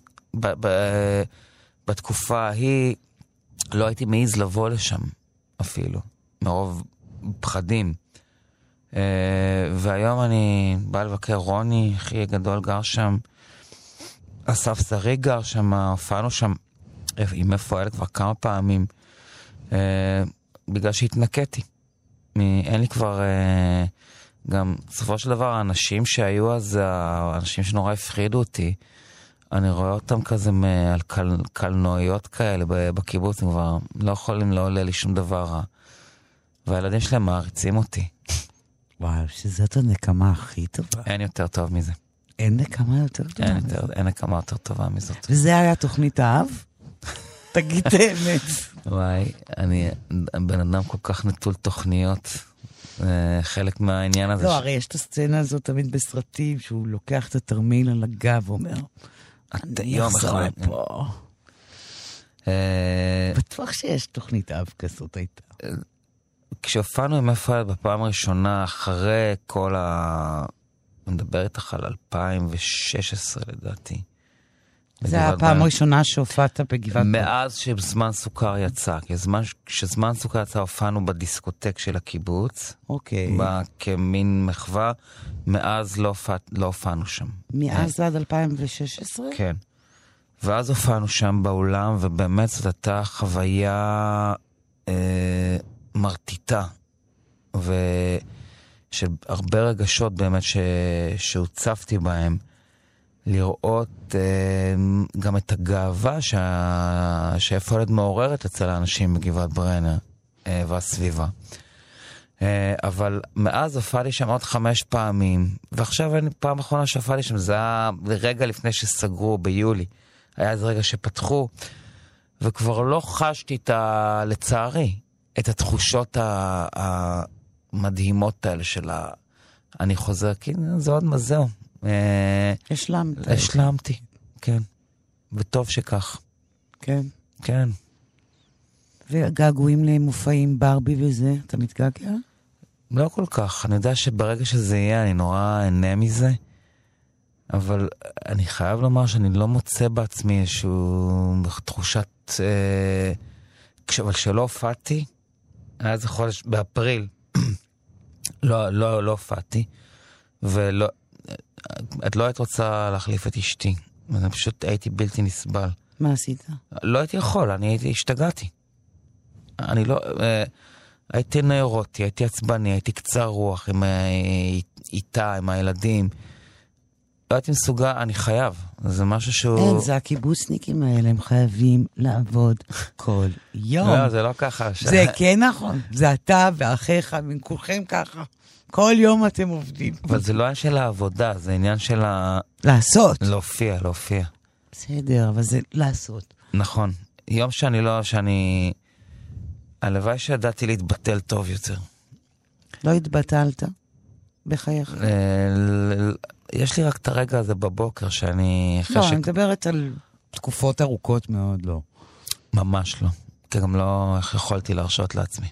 בתקופה ההיא לא הייתי מעיז לבוא לשם אפילו, מרוב פחדים. והיום אני בא לבקר, רוני, הכי גדול, גר שם, אסף שרי גר שם, הופענו שם עם מפועל כבר כמה פעמים, בגלל שהתנקטתי. אין לי כבר, גם בסופו של דבר, האנשים שהיו אז, האנשים שנורא הפחידו אותי, אני רואה אותם כזה על קלנועיות כאלה בקיבוץ, הם כבר לא יכולים לעולה לי שום דבר רע. והילדים שלהם מעריצים אותי. וואו, שזאת הנקמה הכי טובה. אין יותר טוב מזה. אין נקמה יותר טובה. אין נקמה יותר טובה מזאת. וזה היה תוכנית האב? תגיד את האמת. וואי, אני בן אדם כל כך נטול תוכניות. חלק מהעניין הזה. לא, הרי יש את הסצנה הזאת תמיד בסרטים, שהוא לוקח את התרמיל על הגב ואומר, אני אחזור לפה. בטוח שיש תוכנית אב כזאת הייתה. כשהופענו עם מפעל בפעם הראשונה, אחרי כל אני מדבר איתך על 2016 לדעתי. זה היה הפעם הראשונה שהופעת בגבעת... מאז שזמן סוכר יצא, כשזמן סוכר יצא הופענו בדיסקוטק של הקיבוץ. אוקיי. כמין מחווה, מאז לא הופענו שם. מאז עד 2016? כן. ואז הופענו שם באולם, ובאמת זאת הייתה חוויה מרטיטה, ושל הרבה רגשות באמת שהוצפתי בהם, לראות גם את הגאווה שאיפה ילד מעוררת אצל האנשים בגבעת ברנר והסביבה. אבל מאז הופעתי שם עוד 5 פעמים, ועכשיו פעם אחרונה שהופעתי שם, זה היה רגע לפני שסגרו ביולי. היה איזה רגע שפתחו, וכבר לא חשתי לצערי, את התחושות המדהימות האלה של אני חוזר, כי זה עוד מזהו. השלמתי, כן. וטוב שכך. כן. כן. וגעגועים למופעים ברבי וזה, אתה מתגעגע? לא כל כך. אני יודע שברגע שזה יהיה, אני נורא אהנה מזה. אבל אני חייב לומר שאני לא מוצא בעצמי איזשהו תחושת... אבל כשלא הופעתי, היה איזה חודש, באפריל, לא הופעתי, את לא היית רוצה להחליף את אשתי. אני פשוט הייתי בלתי נסבל. מה עשית? לא הייתי יכול, השתגעתי. אני לא... הייתי נוירוטי, הייתי עצבני, הייתי קצר רוח איתה, עם הילדים. לא הייתי מסוגל, אני חייב. זה משהו שהוא... אין, זה הקיבוצניקים האלה, הם חייבים לעבוד כל יום. לא, זה לא ככה. זה כן נכון. זה אתה ואחיך, כולכם ככה. כל יום אתם עובדים. אבל זה לא עניין של העבודה, זה עניין של לעשות. להופיע. בסדר, אבל זה לעשות. נכון. יום שאני... הלוואי שידעתי להתבטל טוב יותר. לא התבטלת בחייך? יש לי רק את הרגע הזה בבוקר שאני... לא, אני מדברת על תקופות ארוכות מאוד, לא. ממש לא. כי גם לא יכולתי להרשות לעצמי.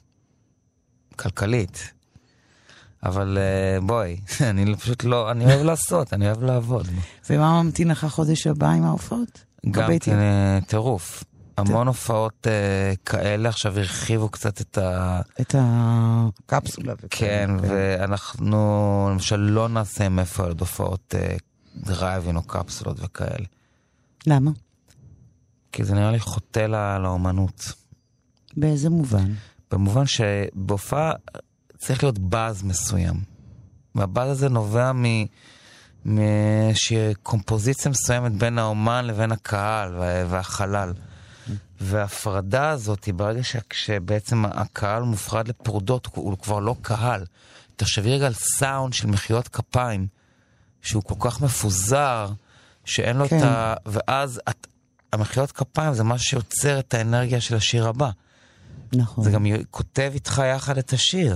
כלכלית. אבל בואי, אני פשוט לא... אני אוהב לעשות, אני אוהב לעבוד. ומה ממתין לך חודש הבא עם ההופעות? גם כן טירוף. המון הופעות כאלה, עכשיו הרחיבו קצת את הקפסולה. כן, ואנחנו למשל לא נעשה מאיפה עוד הופעות דרייבין או קפסולות וכאלה. למה? כי זה נראה לי חוטא לאומנות. באיזה מובן? במובן שבהופעה צריך להיות באז מסוים. והבאז הזה נובע מאיזושהי קומפוזיציה מסוימת בין האומן לבין הקהל והחלל. וההפרדה הזאת, ברגע שבעצם הקהל מופרד לפרודות, הוא כבר לא קהל. תחשבי רגע על סאונד של מחיאות כפיים, שהוא כל כך מפוזר, שאין לו את ה... ואז המחיאות כפיים זה מה שיוצר את האנרגיה של השיר הבא. נכון. זה גם כותב איתך יחד את השיר.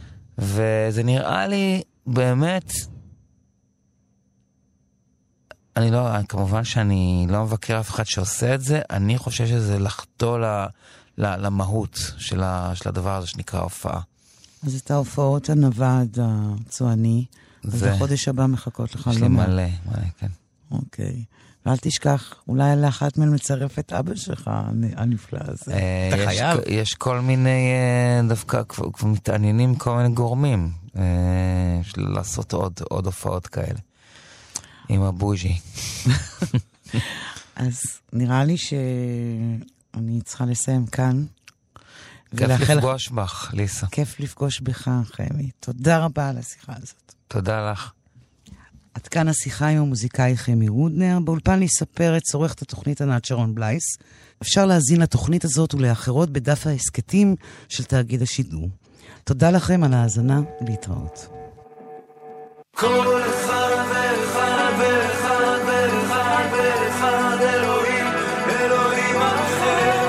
וזה נראה לי באמת... כמובן שאני לא מבקר אף אחד שעושה את זה, אני חושב שזה לחטוא למהות של הדבר הזה שנקרא הופעה. אז את ההופעות הנווד הצועני, אז החודש הבא מחכות לך. יש לי מלא, כן. אוקיי. ואל תשכח, אולי לאחת מהן מצרף את אבא שלך הנפלא הזה. אתה חייב. יש כל מיני, דווקא מתעניינים כל מיני גורמים, לעשות עוד הופעות כאלה. עם הבוז'י. אז נראה לי שאני צריכה לסיים כאן. כיף לפגוש בך, ליסה. כיף לפגוש בך, חמי. תודה רבה על השיחה הזאת. תודה לך. עד כאן השיחה עם המוזיקאי חמי רודנר. באולפן להספר את צורך את התוכנית ענת שרון בלייס. אפשר להזין לתוכנית הזאת ולאחרות בדף העסקתים של תאגיד השידור. תודה לכם על ההאזנה, להתראות. כל אחד ואחד ואחד ואחד ואחד אלוהים, אלוהים אחר.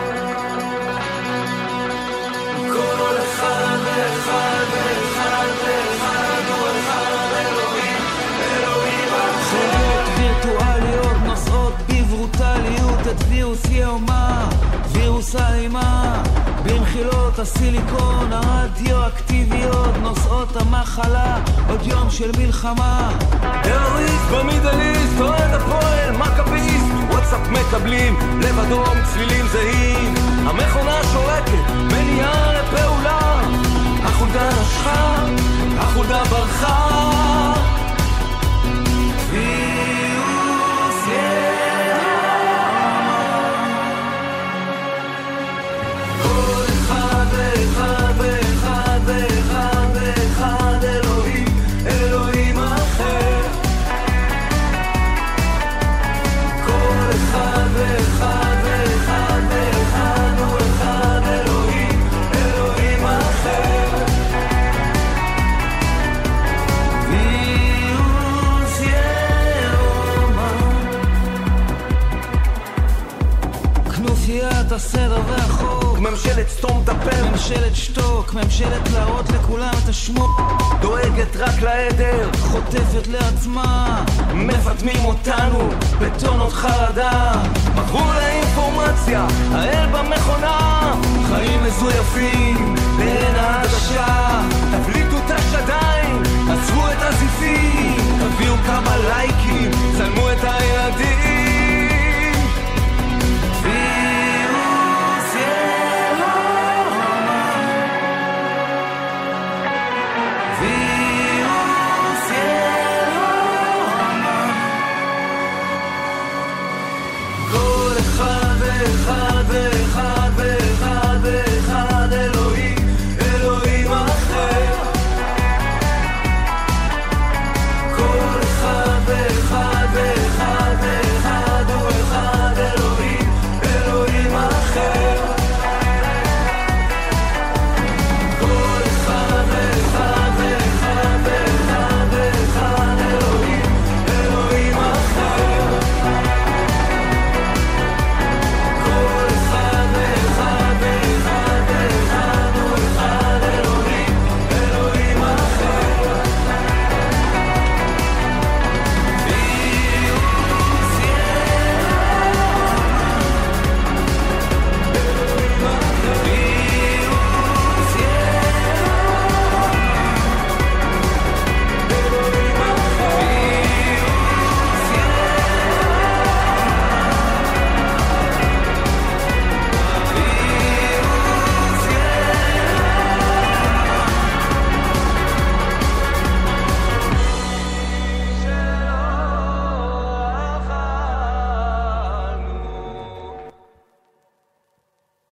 כל אחד ואחד ואחד ואחד הוא אחד אלוהים, אלוהים אחר. חיות וירטואליות נוסעות בברוטליות את וירוס יאומה, וירוס האימה. במחילות הסיליקון הרדיו-אקטיביות נושאות המחלה, עוד יום של מלחמה. טרוריסט במידליסט, אוהד הפועל, מקביסט, וואטסאפ מקבלים, לב אדום, צלילים זהים. המכונה שורקת, מניעה לפעולה. החולדה נשכה, החולדה ברחה. וירוס אחד ואחד ואחד ואחד אלוהים, אלוהים אחר. כל אחד ואחד ואחד ואחד הוא אחד אלוהים, אלוהים אחר. וירוס יאומה, כנופיית הסדר והחוק, ממשלת סתום את הפה, ממשלת שתוק, ממשלת להראות לכולם את השמו, דואגת רק לעדר, חוטפת לעצמה, מפתמים אותנו בטונות חרדה. מכרו לאינפורמציה, האל במכונה, חיים מזויפים בין העדשה, תבליטו את השדיים.